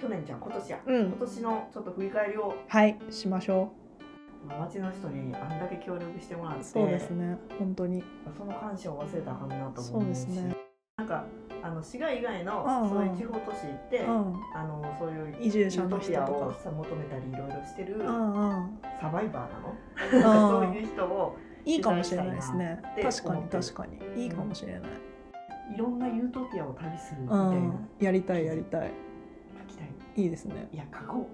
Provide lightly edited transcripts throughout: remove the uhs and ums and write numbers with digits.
去年じゃん今年や、 うん今年のちょっと振り返りをはいしましょ街の人にあんだけ協力してもらって、 う。そうですね本当にその感謝を忘れたらあかんなとそう思うし、 ですね。 なんか滋賀以外のうんうんそういう地方都市行って、 うんそういう移住者の人とユートピアをかさ求めたりいろいろしてるうんうんサバイバーなのなんかそういう人をいいかもしれないですね。 取材し確かにたいなって思ってる確かにいいかもしれない。 いろんなユートピアを旅するみうたいな、 んやりたいやりたい。 書きたい。 いいですね。 いや書こう。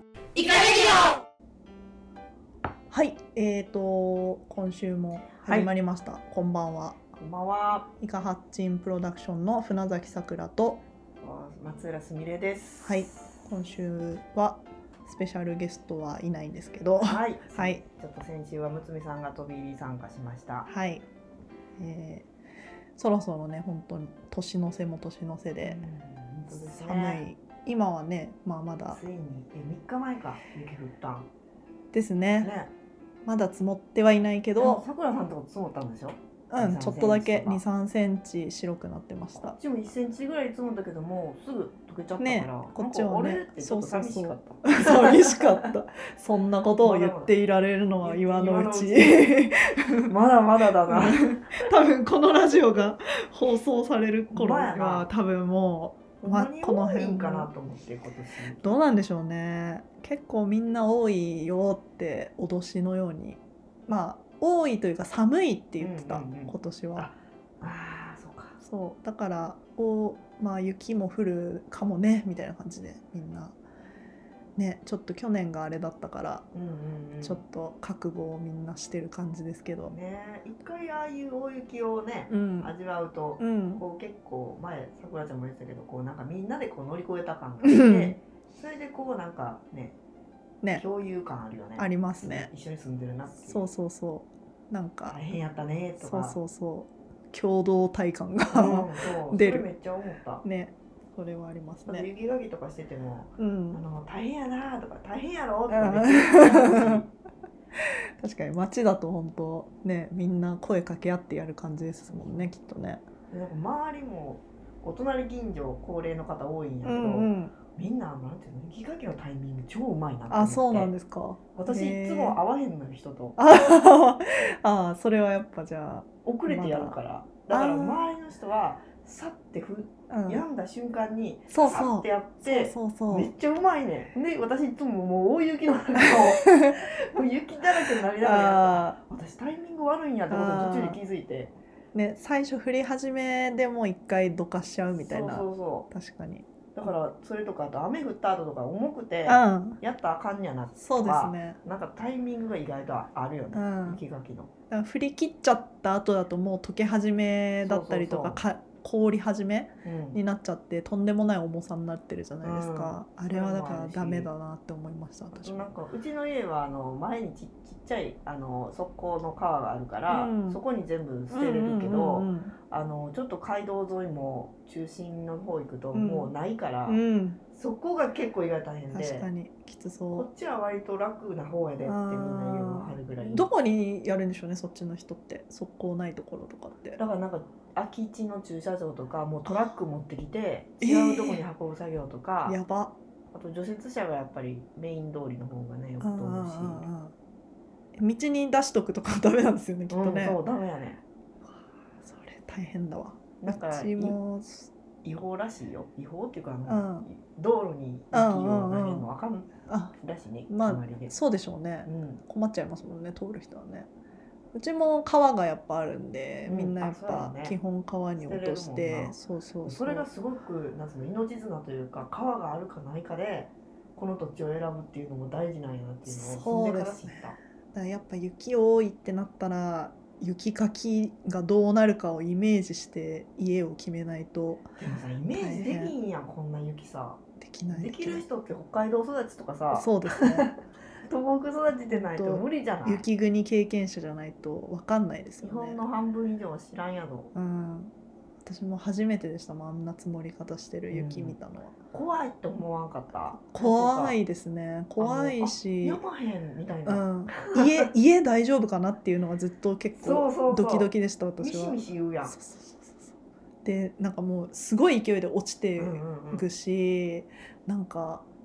はい、今週も始まりました、こんばんは。 こんばんは。 イカハッチンプロダクションの船崎さくらと、 松浦すみれです。 はい、今週はスペシャルゲストはいないんですけど、 はい、 はい、 ちょっと先週はむつみさんが飛び入り参加しました。 はい、そろそろね本当に年の瀬も年の瀬で、 本当ですね、 寒い今はね、まだついに3日前か雪降ったんですね。 ね。 まだ積もってはいないけど、 さくらさんとこ積もったんでしょ。 ちょっとだけ 2,3 センチ白くなってました。 こっちも1センチぐらい積もったけどもすぐ溶けちゃったから、 ね、こっちはね、 なんか俺ってちょっと寂しかった。 寂しかったそんなことを言っていられるのは今のうちまだまだだな多分このラジオが放送される頃にほんまやなは多分もう、 ほんまにこの多い辺んかなと思って今年どうなんでしょうね。結構みんな多いよって脅しのように、多いというか寒いって言ってた、今年は。 そうか。 そうだから雪も降るかもねみたいな感じでみんなね、ちょっと去年があれだったから、ちょっと覚悟をみんなしてる感じですけどね。一回ああいう大雪をね、味わうと、こう結構前さくらちゃんも言ってたけど、こうなんかみんなでこう乗り越えた感があってそれでこうなんかね共有感あるよね。 ありますね。 一緒に住んでるなっていう。 そうなんか大変やったねとか、 そう共同体感が出る。 それめっちゃ思ったね。それはありますね。 雪かきとかしてても、大変やなとか大変やろとかめっちゃ確かに街だと本当ね、みんな声かけ合ってやる感じですもんね、きっとね。 なんか周りもお隣近所高齢の方多いんやけど、みんななんていうの、雪かきのタイミング超うまいなって思って。 そうなんですか。 私いつも会わへんのよ人と。 それはやっぱじゃあ遅れてやるから。だから周りの人はさって病んだ瞬間にさってやってめっちゃうまいね。で私いつももう大雪の中をもう雪だらけになりながら私タイミング悪いんやってことに途中で気づいてね、最初降り始めでもう一回どかしちゃうみたいな。確かに。 だからそれとかあと雨降った後とか重くてやったらあかんやなとか、 そうですね。 なんかタイミングが意外とあるよね、雪かきの。 降り切っちゃった後だともう溶け始めだったりとか凍り始めになっちゃってとんでもない重さになってるじゃないですか。あれはだからダメだなって思いました。私なんかうちの家は前にちっちゃい側溝の川があるから、そこに全部捨てれるけど、ちょっと街道沿いも中心の方行くともうないから、そこが結構意外と大変で。 確かにきつそう。 こっちは割と楽な方やでってみんな言うはるぐらい。 どこにやるんでしょうね、そっちの人って。側溝ないところとかって。 だからなんか空き地の駐車場とかもうトラック持ってきて違うとこに運ぶ作業とか、 やば。 あと除雪車がやっぱりメイン通りの方がねよく通るし、 道に出しとくとかダメなんですよね、きっとね。 そうダメやね。 それ大変だわ。 なんか違法らしいよ。違法っていうか道路に雪を投げるのわかんらしいね、決まりで。 そうでしょうね。困っちゃいますもんね、通る人はね。うちも川がやっぱあるんで、みんなやっぱ基本川に落として、 それがすごくなんつうの命綱というか、川があるかないかでこの土地を選ぶっていうのも大事なんやなっていうのを住んでから知った。だからやっぱ雪多いってなったら雪かきがどうなるかをイメージして家を決めないと。 でもさ、イメージできんやん、こんな雪さ。 できない。 できる人って北海道育ちとかさ、 そうですね東北育ちでないと無理じゃない。 雪国経験者じゃないと分かんないですよね。 日本の半分以上は知らんやろ。 私も初めてでしたもん、あんな積もり方してる雪見たのは。 怖いって思わんかった。 怖いですね。怖いし、 やばへんみたいな、 家大丈夫かなっていうのがずっと結構ドキドキでした。私はミシミシ言うやん。 でなんかもうすごい勢いで落ちていくし、なんか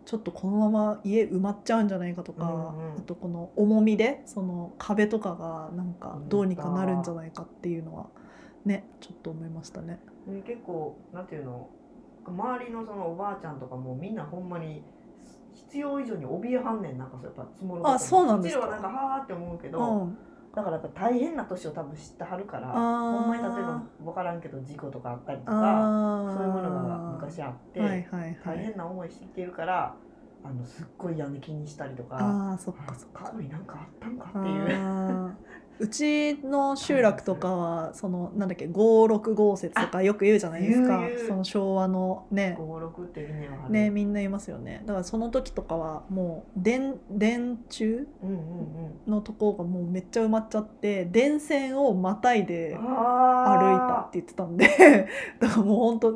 ちょっとこのまま家埋まっちゃうんじゃないかとか、あとこの重みでその壁とかがなんかどうにかなるんじゃないかっていうのはねちょっと思いましたね。 結構なんていうの、周りのそのおばあちゃんとかもみんなほんまに必要以上に怯えはんねん。なんかそうやっぱ積もることも。 そうなんですか。 うちらはなんかはーって思うけど、だからやっぱ大変な年を多分知ってはるから、ほんまに例えば分からんけど事故とかあったりとか、そういうものが昔あって、大変な思いしているから、すっごい屋根気にしたりとか、 そっかそっか、 過去になんかあったんかっていううちの集落とかはそのなんだっけ5、6豪雪とかよく言うじゃないですか。その昭和のね 5、6ってみんな言わはるね、みんな言いますよね。だからその時とかはもう電柱のところがもうめっちゃ埋まっちゃって電線をまたいで歩いたって言ってたんでだからもうほんと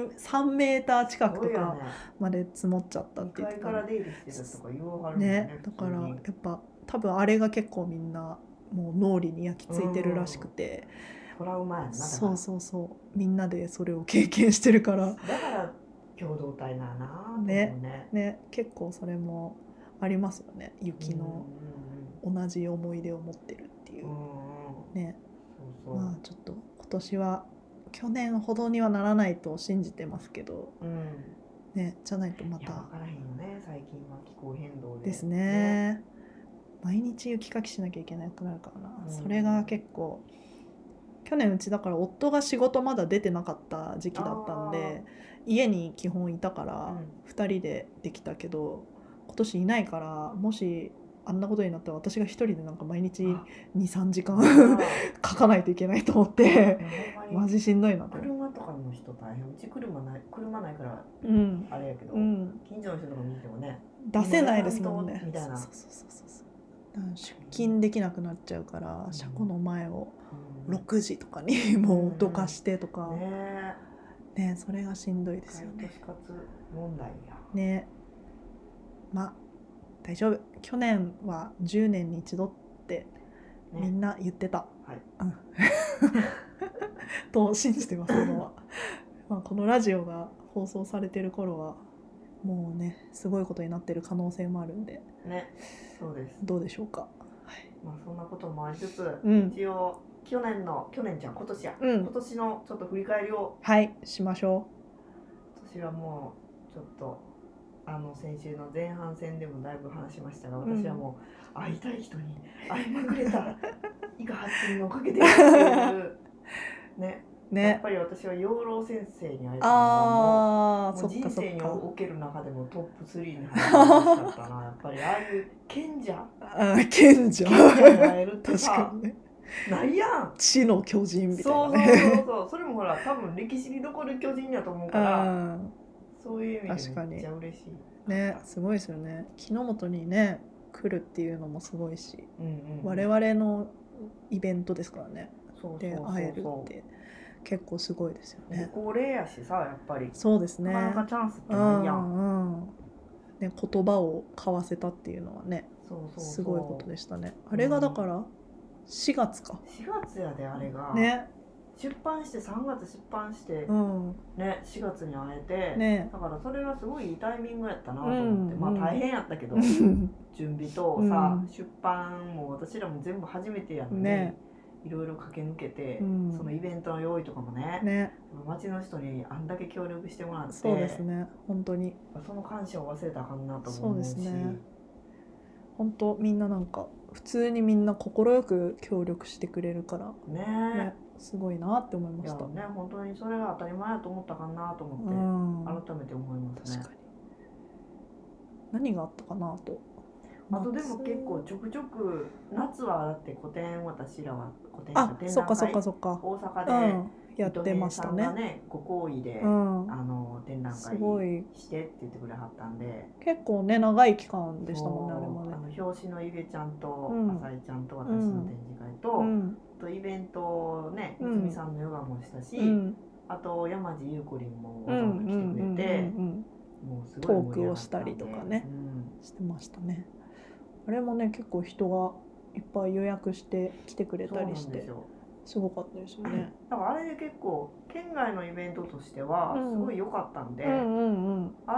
3メーター近くとかまで積もっちゃったって言ってたんでね。だからやっぱ多分あれが結構みんなもう脳裏に焼き付いてるらしくて、 トラウマやな。 そうみんなでそれを経験してるからだから共同体ななね、結構それもありますよね。雪の同じ思い出を持ってるっていうね。まあちょっと今年は去年ほどにはならないと信じてますけど、ね、じゃないとまた。 分からへんよね最近は気候変動ですね。毎日雪かきしなきゃいけなくなるからな。それが結構去年うちだから夫が仕事まだ出てなかった時期だったんで家に基本いたから2人でできたけど、今年いないからもしあんなことになったら私が一人でなんか毎日 2,3 時間書かないといけないと思ってマジしんどいなと。 車とかの人大変。うち車ないから、あれやけど、近所の人とか見てもね出せないですもんね。 みたいな。 出勤できなくなっちゃうから車庫の前を6時とかにもうどかしてとか、ね、それがしんどいですよね。 都市活問題やね。まあ大丈夫。去年は10年に一度ってみんな言ってた、と信じてます今はまあこのラジオが放送されてる頃はもうねすごいことになってる可能性もあるんでね。そうです。 どうでしょうか。 まあそんなこともありつつ、一応今年じゃん今年や、今年のちょっと振り返りをしましょう。私はもうちょっと先週の前半戦でもだいぶ話しましたが、私はもう会いたい人に会いまくれた伊賀八におかげでっていうね、やっぱり私は養老先生に会えたのがもう人生における中でもトップ3に入ってほしかったな。やっぱりああいう賢者に会えるってさないやん。 知の巨人みたいなね。 そうそれもほら多分歴史に残る巨人やと思うからそういう意味でめっちゃ嬉しいね。すごいですよね。木之本にね来るっていうのもすごいし、我々のイベントですからね。で会えるって結構すごいですよね。 高齢やしさやっぱりそうですね。 なかなかチャンスってないやん。 ね、言葉を交わせたっていうのはねすごいことでしたね。あれがだから4月か。 4月やであれが。 ね。 出版して3月出版して、ね、4月に会えて、だからそれはすごいいいタイミングやったなと思って、まあ大変やったけど準備とさ、出版も私らも全部初めてやのに、いろいろ駆け抜けて、そのイベントの用意とかもね町の人にあんだけ協力してもらって、 そうですね本当にその感謝を忘れたらあかんなと思うし、 そうですね本当みんななんか普通にみんな快く協力してくれるからねすごいなって思いました。 いやね本当にそれが当たり前だと思ったかなと思って、改めて思いますね。 確かに何があったかなと。 あとでも結構ちょくちょく夏はだって個展、私らは個展展覧会大阪で、 やってましたね。 ご好意で、展覧会してって言ってくれはったんで、 結構ね長い期間でしたもんねあれまで。 表紙のゆげちゃんと浅井ちゃんと私の展示会と、イベントねいつみさんのヨガもしたし、あと山地ゆうこりんもわざわざ来てくれて、もうすごいトークをしたりとかね、してましたね。あれもね結構人がいっぱい予約して来てくれたりしてすごかったですよね。 だからあれで結構県外のイベントとしてはすごい良かったんで、ああ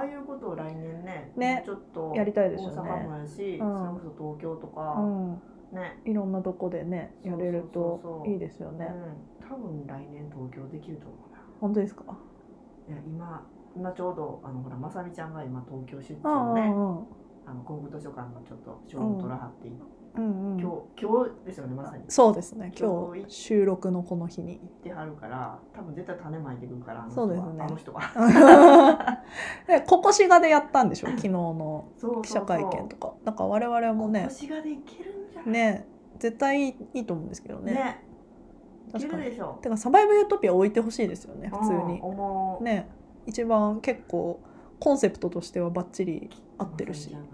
あいうことを来年ねねちょっとやりたいですよね。 大阪もやし、それこそ東京とか、ね、 いろんなとこでねやれるといいですよね。 多分来年東京できると思うな。 本当ですか？ いや今ちょうどほらまさみちゃんが今東京出張ね、国語図書館のちょっと賞を取らはって今日ですよね、まさに。 そうですね、今日収録のこの日に行ってはるから、多分絶対種まいてくるから、 そうですね、 あの人はでここ滋賀でやったんでしょ、昨日の記者会見とか。だから我々もね、 ここ滋賀でいけるんじゃないね、絶対いいと思うんですけどね。 ね、確かに。てかサバイブユートピア置いてほしいですよね、普通に。ね、一番結構コンセプトとしてはバッチリ合ってるし。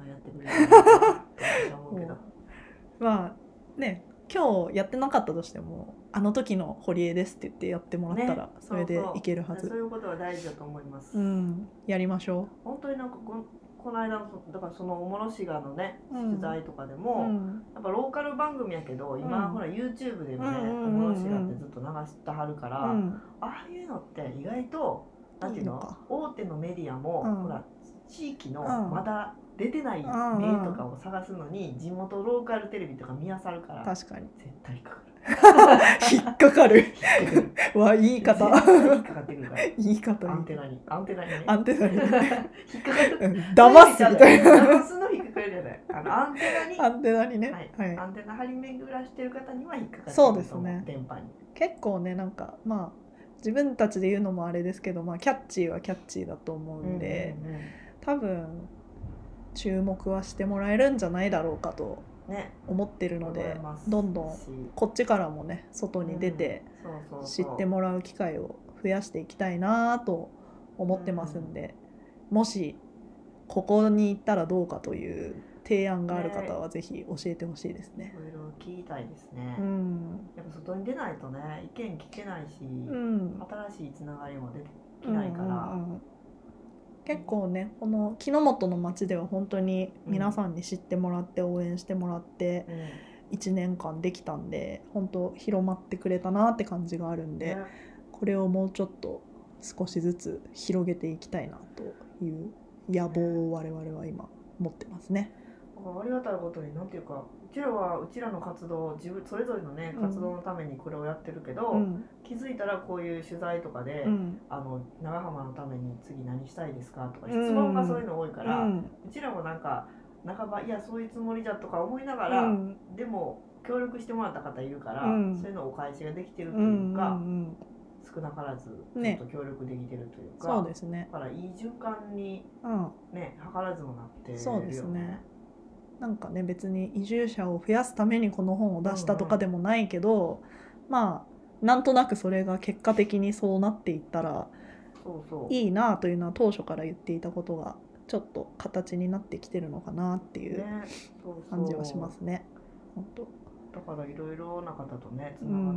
まあね、今日やってなかったとしてもあの時の堀江ですって言ってやってもらったらそれでいけるはず。 そういうことは大事だと思います。 やりましょう。 本当になんかこの間だからそのおもろしがのね取材とかでも、やっぱローカル番組やけど今、ほら YouTube でもね、おもろしがってずっと流してはるから、ああいうのって意外となんていうの、大手のメディアも、ほら地域のまだ出てない名とかを探すのに地元ローカルテレビとか見漁るから、 確かに絶対引っかかる。 引っかかるわ、言い方。 引っかかってくるから。 言い方。 アンテナにね。 引っかかる。 騙すみたいな。騙すの引っかかるじゃない。アンテナにね。アンテナ張り巡らしてる方には引っかかってくる。 そうですね。 電波に。 結構ね、なんかまあ自分たちで言うのもあれですけど、まあキャッチーはキャッチーだと思うんで、多分注目はしてもらえるんじゃないだろうかと思ってるので、どんどんこっちからもね外に出て知ってもらう機会を増やしていきたいなと思ってますんで、もしここに行ったらどうかという提案がある方はぜひ教えてほしいですね。 いろいろ聞きたいですね。やっぱ外に出ないとね意見聞けないし、新しいつながりもできないから。 結構ね、この木之本の町では本当に皆さんに知ってもらって応援してもらって1年間できたんで、本当広まってくれたなって感じがあるんで、これをもうちょっと少しずつ広げていきたいなという野望を我々は今持ってますね。 ありがたいことに、なんていうか、うちらの活動、自分それぞれのね活動のためにこれをやってるけど、気づいたらこういう取材とかで、長浜のために次何したいですかとか質問がそういうの多いから、うちらもなんか半ばいやそういうつもりじゃとか思いながら、でも協力してもらった方いるから、そういうのお返しができてるというか、少なからずちょっと協力できてるというか、 そうですね。 だからいい循環にね、図らずもなってるよね。 そうですね。なんかね、別に移住者を増やすためにこの本を出したとかでもないけど、まあなんとなくそれが結果的にそうなっていったらいいなというのは当初から言っていたことがちょっと形になってきてるのかなっていう感じはしますね。本当。 だからいろいろな方とねつながって、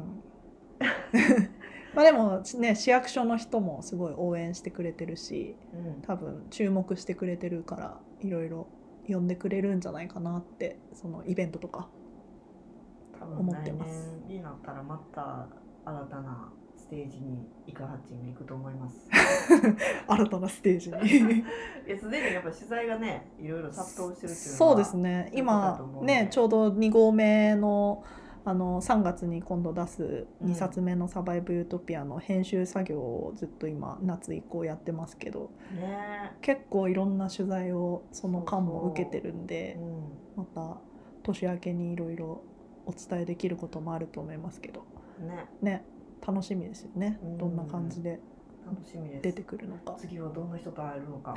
まあでもね、市役所の人もすごい応援してくれてるし、多分注目してくれてるからいろいろ呼んでくれるんじゃないかなって、そのイベントとか思ってます。 来年になったらまた新たなステージにイカハッチンが行くと思います。 新たなステージにいや、すでにやっぱ取材がねいろいろ殺到してるっていうのはそうですね。今ねちょうど2号目の3月に今度出す2冊目のサバイブユートピアの編集作業をずっと今夏以降やってますけど、結構いろんな取材をその間も受けてるんで、また年明けにいろいろお伝えできることもあると思いますけどね、楽しみですよね。どんな感じで出てくるのか、 次はどんな人と会えるのか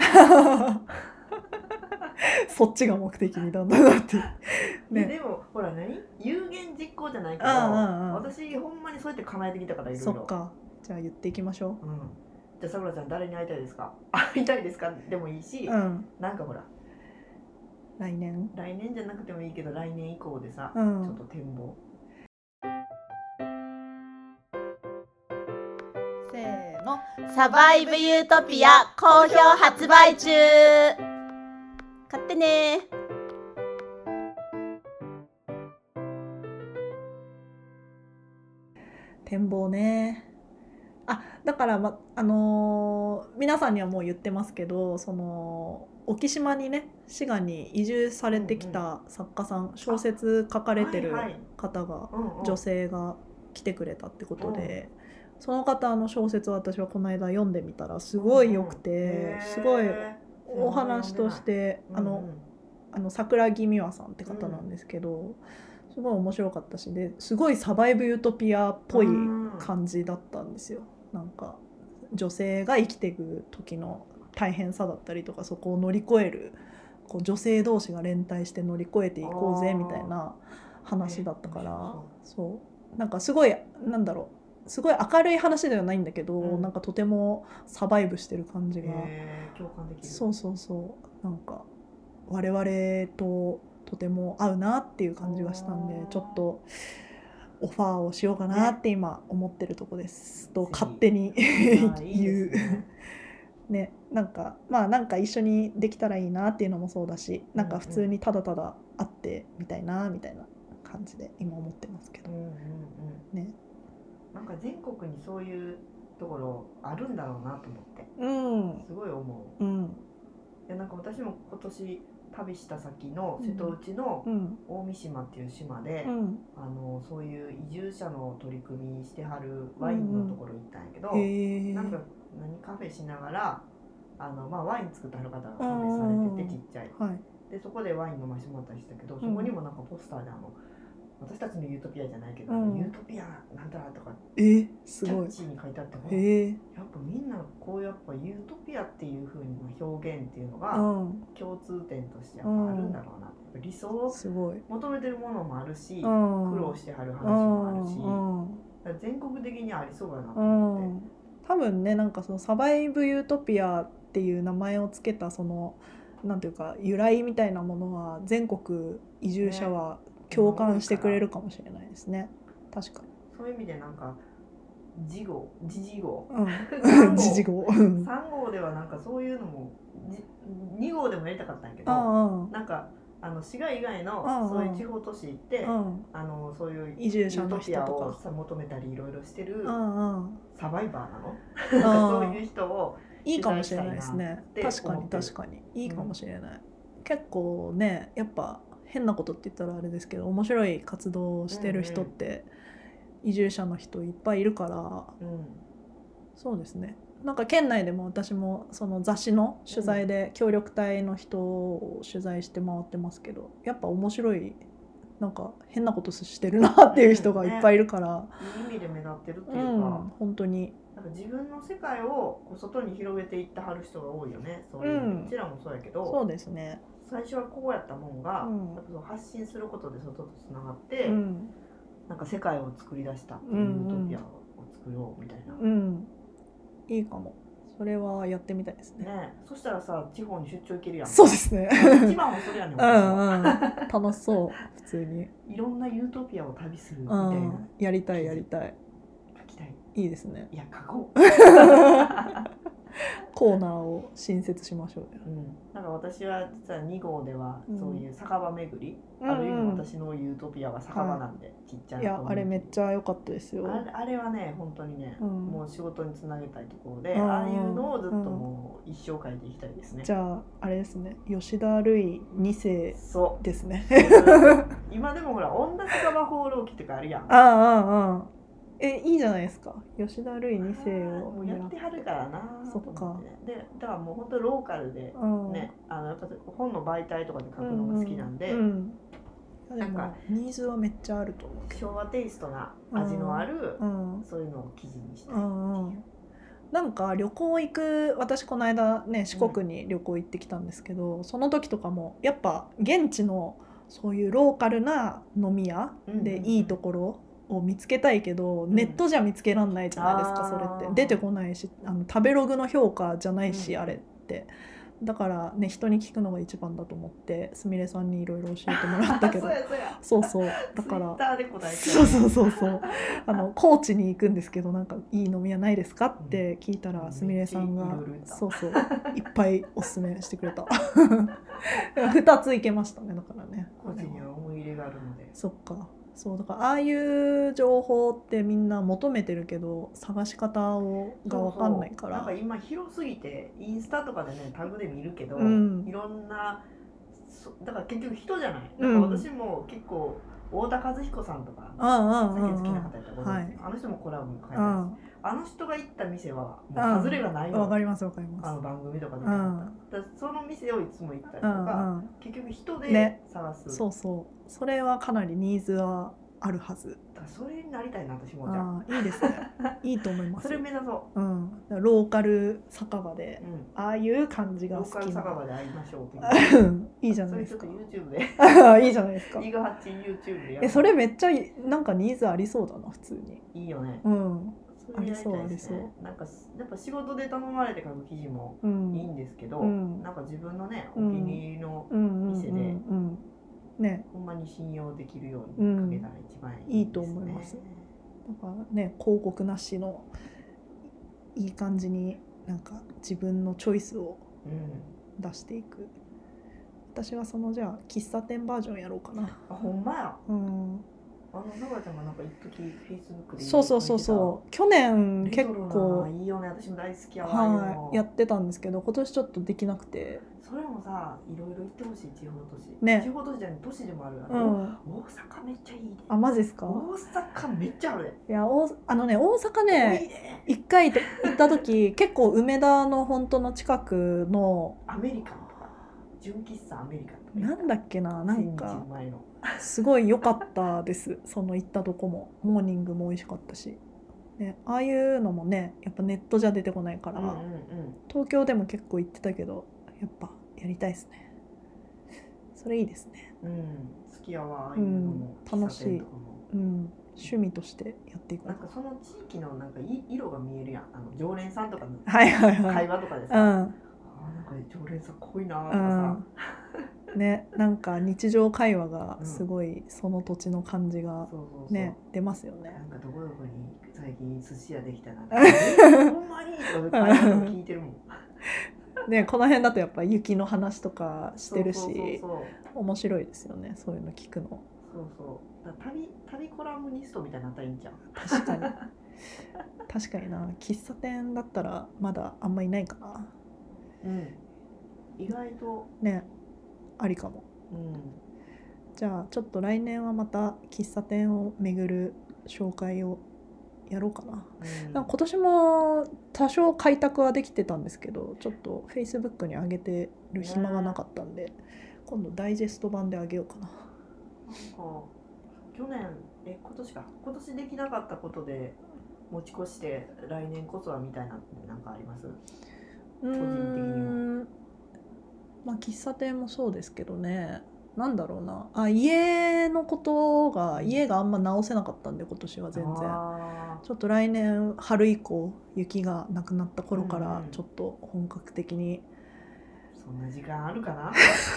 そっちが目的にだんだんなってね。でもほら有言実行じゃないけど、私ほんまにそうやって叶えてきたからいろいろ。そっか、 じゃあ言っていきましょう。 じゃあさくらちゃん誰に会いたいですか？会いたいですかでもいいし、なんかほら来年じゃなくてもいいけど来年以降でさ、ちょっと展望。 せーの、 サバイブユートピア好評発売中。買ってね。 展望ね。 だから、皆さんにはもう言ってますけど、その沖島にね、滋賀に移住されてきた作家さん、小説書かれてる方が、女性が来てくれたってことで、その方の小説を私はこの間読んでみたらすごい良くて、すごいお話として桜木美和さんって方なんですけど、すごい面白かったし、ですごいサバイブユートピアっぽい感じだったんですよ。なんか女性が生きていく時の大変さだったりとか、そこを乗り越える、こう女性同士が連帯して乗り越えていこうぜみたいな話だったから、そうなんかすごいすごい明るい話ではないんだけど、なんかとてもサバイブしてる感じが、 共感できる。 そうなんか我々ととても合うなっていう感じがしたんで、ちょっとオファーをしようかなって今思ってるとこです、と勝手に言うね。なんか一緒にできたらいいなっていうのもそうだし、なんか普通にただただ会ってみたいなみたいな感じで今思ってますけど、ね。 なんか全国にそういうところあるんだろうなと思って、すごい思う。いや、なんか私も今年旅した先の瀬戸内の大三島っていう島で、そういう移住者の取り組みしてはるワインのところに行ったんやけど、なんかカフェしながらワイン作ってはる方がカフェされてて、ちっちゃい、でそこでワイン飲ましてもらったりしたけど、そこにもなんかポスターで私たちのユートピアじゃないけど、ユートピアなんだとかすごいキャッチーに書いてあって、やっぱみんなこうやっぱユートピアっていう風に表現っていうのが共通点としてやっぱあるんだろうな。理想を求めてるものもあるし、苦労してはる話もあるし、全国的にありそうだなと思って。 多分ね、なんかそのサバイブユートピアっていう名前をつけたそのなんていうか由来みたいなものは全国移住者は共感してくれるかもしれないですね。確かに。 そういう意味でなんか時号3号ではなんかそういうのも2号でもやりたかったんやけど、なんか滋賀以外のそういう地方都市行って、そういう移住者の人とかを求めたりいろいろしてるサバイバーなのそういう人をいいかもしれないですね。確かにいいかもしれない。結構ね、やっぱ変なことって言ったらあれですけど、面白い活動をしてる人って移住者の人いっぱいいるから、そうですね。なんか県内でも私もその雑誌の取材で協力隊の人を取材して回ってますけど、やっぱ面白い、なんか変なことしてるなっていう人がいっぱいいるから、 いい意味で目立ってるっていうか、 本当になんか自分の世界を外に広げていってはる人が多いよね。そういううちらもそうやけど、 そうですね。 最初はこうやったもんが、発信することで外とつながって、なんか世界を作り出したっていうユートピアを作ろうみたいな。 いいかも。それはやってみたいですね。 そしたらさ、地方に出張行けるやん。 そうですね。 一番もそれやねん。 楽しそう。普通にいろんなユートピアを旅するみたいな。 やりたい。 書きたい。 いいですね。 いや、書こう。 コーナーを新設しましょうよ。 なんか私は実は2号ではそういう酒場巡り、ある意味私のユートピアは酒場なんで、ちっちゃい。 いや、あれめっちゃ良かったですよ。 あれはね、本当にね、もう仕事につなげたいところで、ああいうのをずっともう一生書いていきたいですね。じゃあ、あれですね、吉田類2世ですね。 今でもほら、女酒場放浪記とかあるやん。 いいじゃないですか。吉田類2世をもうやってはるからな。 そっか。 で、だからもう本当ローカルでね、やっぱ本の媒体とかで書くのが好きなんで、 なんかニーズはめっちゃあると思う。 昭和テイストな味のあるそういうのを記事にしたい。 なんか旅行行く、私この間ね四国に旅行行ってきたんですけど、その時とかもやっぱ現地のそういうローカルな飲み屋でいいところを見つけたいけど、ネットじゃ見つけらんないじゃないですか。それって出てこないし、食べログの評価じゃないし、あれってだからね、人に聞くのが一番だと思ってすみれさんにいろいろ教えてもらったけどそうだからそう高知に行くんですけど、なんかいい飲み屋ないですかって聞いたら、すみれさんがいっぱいおすすめしてくれた2つ行けましたね。だからね、 高知には思い入れがあるので。 そっか、 そうだからああいう情報ってみんな求めてるけど探し方が分かんないから。 なんか今広すぎてインスタとかでねタグで見るけど、いろんなだから結局人じゃない。なんか私も結構太田和彦さんとか最近好きな方やったら、あの人もコラボ書いてあるし、あの人が行った店はもう外れがないの。 わかりますわかります。 あの番組とかでその店をいつも行ったりとか、結局人で探す、 そうそうそれはかなりニーズはあるはず。 だからそれになりたいな私も。じゃあいいですねいいと思います。 それ目指そう。 ローカル酒場で、ああいう感じが好きな。 ローカル酒場で会いましょうっていいじゃないですか。 それちょっと YouTube でいいじゃないですか。 伊賀八 YouTube でやる。 それめっちゃなんかニーズありそうだな普通に。 いいよね。 ありそうありそう。 なんかやっぱ仕事で頼まれて書く記事もいいんですけど、なんか自分のねお気に入りの店でね、ほんまに信用できるように書けたら一番いいですね。 いいと思います。なんかね広告なしのいい感じになんか自分のチョイスを出していく。私はそのじゃあ喫茶店バージョンやろうかな。 あ、ほんまや。のがちゃんがなんか一時 Facebook でそう去年結構いいよね、私も大好きやわ、 やってたんですけど今年ちょっとできなくて。 それもさ、いろいろ行ってほしい。地方都市ね、 地方都市じゃない都市でもある。大阪めっちゃいいね。 あ、マジですか。 大阪めっちゃある。 いや大阪ね一回行った時結構梅田の本当の近くのアメリカンとか純喫茶アメリカンとかなんだっけな、なんかすごい良かったですその行ったとこも。モーニングも美味しかったし、ね、ああいうのもねやっぱネットじゃ出てこないから、東京でも結構行ってたけどやっぱやりたいですね。それいいですね。 好きやわ、ああいうのも楽しい。趣味としてやっていく。 なんかその地域のなんか色が見えるやん。常連さんとかの会話とかでさ、なんか常連さん濃いなとかさ、 ね、なんか日常会話がすごいその土地の感じがね出ますよね。 なんかどこどこに最近寿司屋できたなほんまにとか会話を聞いてるもんね、この辺だとやっぱ雪の話とかしてるし面白いですよね、そういうの聞くの。だ旅コラムニストみたいになったらいいんじゃん。確かにな。喫茶店だったらまだあんまいないかな。 意外とね、ありかも。じゃあちょっと来年はまた喫茶店を巡る紹介をやろうかな。今年も多少開拓はできてたんですけど、ちょっと Facebook に上げてる暇がなかったんで、今度ダイジェスト版で上げようかな。なんか去年今年できなかったことで持ち越して来年こそはみたいななんかあります？個人的には。 まあ喫茶店もそうですけどね。なんだろうな、家のことが家があんま直せなかったんで今年は全然ちょっと来年春以降雪がなくなった頃からちょっと本格的に、 そんな時間あるかな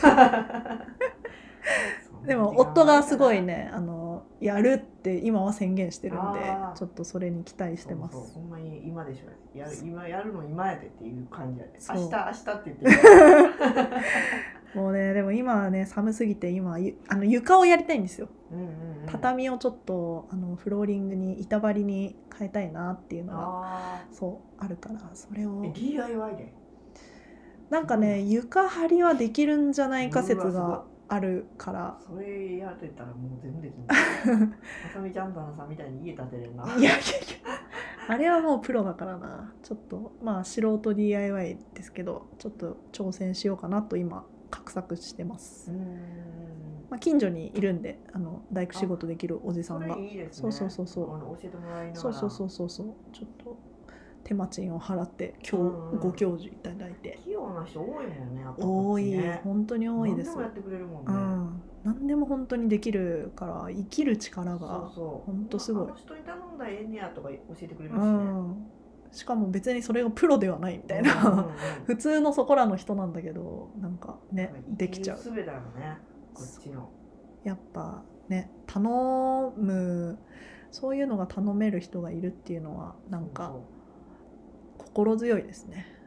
でも夫がすごいねやるって今は宣言してるんでちょっとそれに期待してます。 ほんまに今でしょ。今やるの今やでっていう感じやで。明日って言ってもうね、でも今はね寒すぎて今床をやりたいんですよ。畳をちょっとフローリングに板張りに変えたいなっていうのがそうあるから、それを DIY でなんかね床張りはできるんじゃないか説があるから、 それやってたらもう全部できるあさみちゃんとさんみたいに家建てれるな。 いやあれはもうプロだからな。ちょっとまあ素人 DIY ですけどちょっと挑戦しようかなと今画策してます。まあ、近所にいるんで大工仕事できるおじさんが。 それいいですね。 教えてもらいながら。 そうちょっと手間賃を払ってご教授いただいて。 器用な人多いもんね。 多い、本当に多いです。 何でもやってくれるもんね。 何でも本当にできるから生きる力が本当すごい。 あの人に頼んだらええねやとか教えてくれますね。 しかも別にそれがプロではないみたいな普通のそこらの人なんだけどなんかねできちゃう。 術だよね、こっちの。 やっぱね頼むそういうのが頼める人がいるっていうのはなんか心強いですね。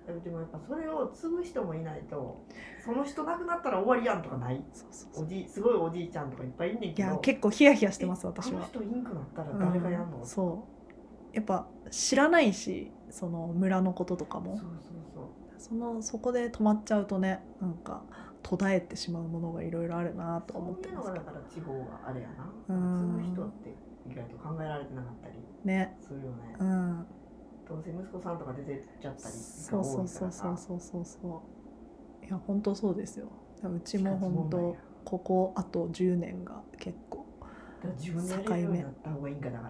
でもやっぱそれを継ぐ人もいないと、その人亡くなったら終わりやんとかない？すごいおじいちゃんとかいっぱいいんねんけど。 いや結構ヒヤヒヤしてます私は。 あの人いんくなったら誰がやんの？ そうやっぱ知らないし、その村のこととかも。そこで止まっちゃうとね、なんか途絶えてしまうものがいろいろあるなと思ってますけど。 そういうのがだから地方があれやな。継ぐ人って意外と考えられてなかったりするよね。どうせ息子さんとか出てっちゃったりが多いからさ。 いや本当そうですよ。うちも本当ここあと10年が結構自分でやれるようになった方がいいんかだから。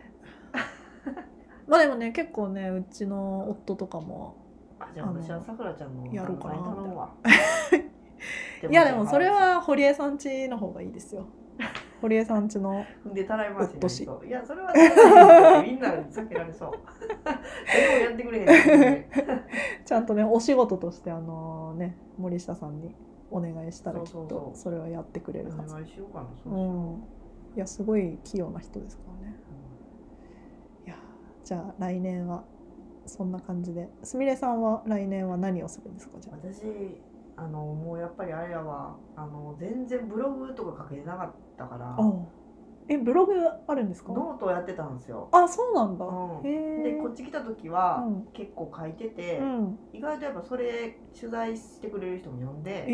まあでもね結構ね、うちの夫とかもじゃあ私はさくらちゃんのやろうかな頼むわ。 いやでもそれは堀江さん家の方がいいですよ。堀江さん家のでたらい回しになりそう。いやそれはみんなに避けられそう。誰もやってくれへん。 ちゃんとねお仕事として森下さんにお願いしたらきっとそれはやってくれるはず。 お願いしようかな。そうしよう。いやすごい器用な人ですからね。いやじゃあ来年はそんな感じで。すみれさんは来年は何をするんですか？じゃあ私もうやっぱりあれやわ、全然ブログとか書けなかったから。 ブログあるんですか？ ノートをやってたんですよ。 あ、そうなんだ。 でこっち来た時は結構書いてて、意外とやっぱそれ取材してくれる人も呼んで、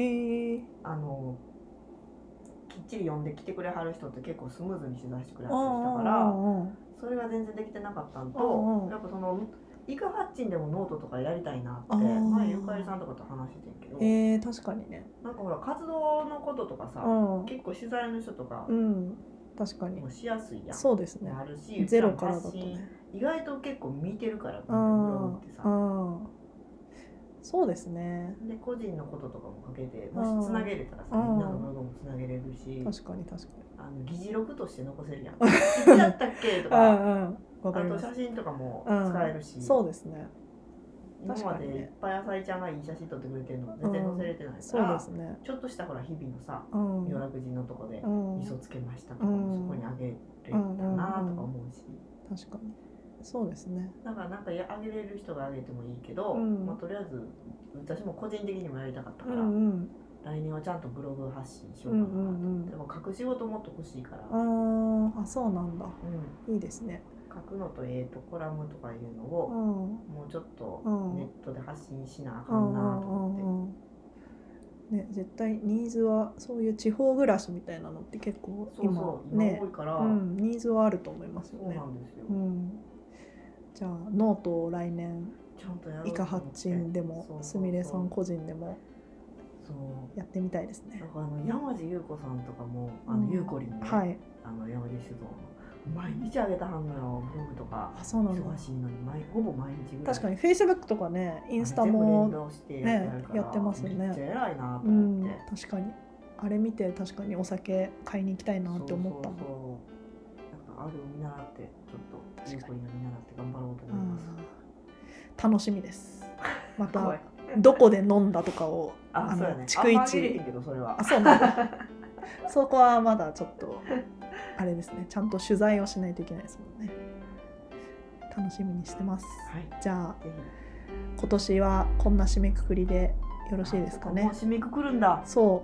きっちり読んできてくれはる人って結構スムーズに取材してくれはったりしたから、それが全然できてなかったのと、やっぱそのイカハッチンでもノートとかやりたいなって前ゆかりさんとかと話してんけど、 確かにね、 なんかほら活動のこととかさ、結構取材の人とか確かにもしやすいやん。 そうですね。 あるし、 ゼロからだとね意外と結構見てるから、ブログってさ。 そうですね。 で個人のこととかも書けて、もしつなげれたらさ、みんなのブログもつなげれるし、 確かに議事録として残せるやん。いつやったっけとか、あと写真とかも使えるし。 そうですね。 今までいっぱい浅井ちゃんがいい写真撮ってくれてるの全然載せれてないから、ちょっとしたほら日々のさ、与楽寺のとこで味噌つけましたとかもそこにあげれたなとか思うし。 確かにそうですね。 だからなんかあげれる人があげてもいいけど、とりあえず私も個人的にもやりたかったから、来年はちゃんとブログ発信しようかなと。でも書く仕事もっと欲しいから。 そうなんだ。いいですね。 書くのとコラムとかいうのをもうちょっとネットで発信しなあかんなと思って。 絶対ニーズはそういう地方暮らしみたいなのって結構今多いから、 ニーズはあると思いますよね。 そうなんですよ。 じゃあノートを来年イカハッチンでもすみれさん個人でもやってみたいですね。 だから山地優子さんとかもゆうこりんね、山地酒造の毎日あげたはんのよ、ブログとか。 そうなんだ。 忙しいのにほぼ毎日ぐらい。 確かにフェイスブックとかね、インスタもねやってますよね。 めっちゃ偉いなと思って。 確かにあれ見て確かにお酒買いに行きたいなって思ったもん。 なんかあれを見習ってちょっとゆうこりんの見習って頑張ろうと思います。 楽しみです。またどこで飲んだとかを逐一。 そうなんだ。そこはまだちょっとあれですね。ちゃんと取材をしないといけないですもんね。楽しみにしてます。じゃあ今年はこんな締めくくりでよろしいですかね。 もう締めくくるんだ。 そう。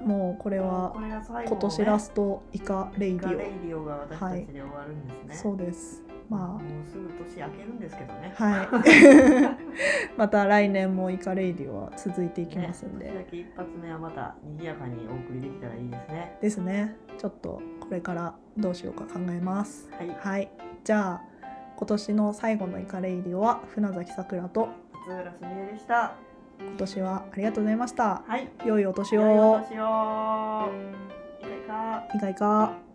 もうこれは今年ラストイカレイディオ。 レイディオが私たちで終わるんですね。 そうです。もうすぐ年明けるんですけどね。 また来年もイカレイディオは続いていきますんで。 一発目はまた賑やかにお送りできたらいいですね。 ですね。ちょっとこれからどうしようか考えます。じゃあ今年の最後のイカレイディオは船崎さくらと松浦すみれでした。 今年はありがとうございました。良いお年を。 良いお年を。いかいか。